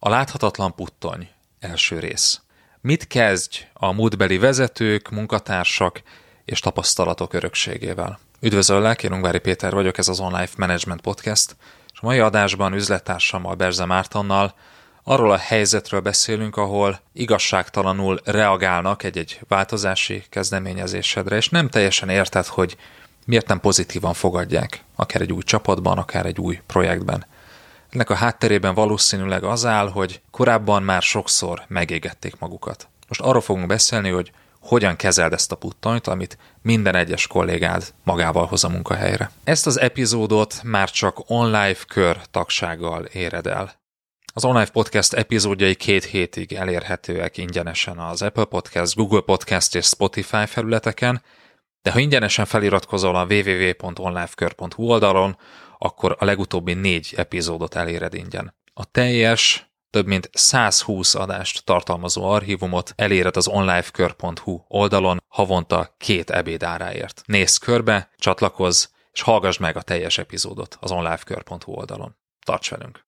A láthatatlan puttony. Első rész. Mit kezdj a múltbeli vezetők, munkatársak és tapasztalatok örökségével? Üdvözöllek, én Ungvári Péter vagyok, ez az Online Management Podcast, és a mai adásban üzlettársammal, Berze Mártonnal arról a helyzetről beszélünk, ahol igazságtalanul reagálnak egy változási kezdeményezésedre, és nem teljesen érted, hogy miért nem pozitívan fogadják, akár egy új csapatban, akár egy új projektben. Ennek a hátterében valószínűleg az áll, hogy korábban már sokszor megégették magukat. Most arról fogunk beszélni, hogy hogyan kezeld ezt a puttonyt, amit minden egyes kollégád magával hoz a munkahelyre. Ezt az epizódot már csak online kör tagsággal éred el. Az Online Podcast epizódjai 2 hétig elérhetőek ingyenesen az Apple Podcast, Google Podcast és Spotify felületeken, de ha ingyenesen feliratkozol a www.onlifekör.hu oldalon, akkor a legutóbbi 4 epizódot eléred ingyen. A teljes, több mint 120 adást tartalmazó archívumot eléred az onlifekör.hu oldalon havonta 2 ebéd áráért. Nézz körbe, csatlakozz, és hallgass meg a teljes epizódot az onlifekör.hu oldalon. Tarts velünk!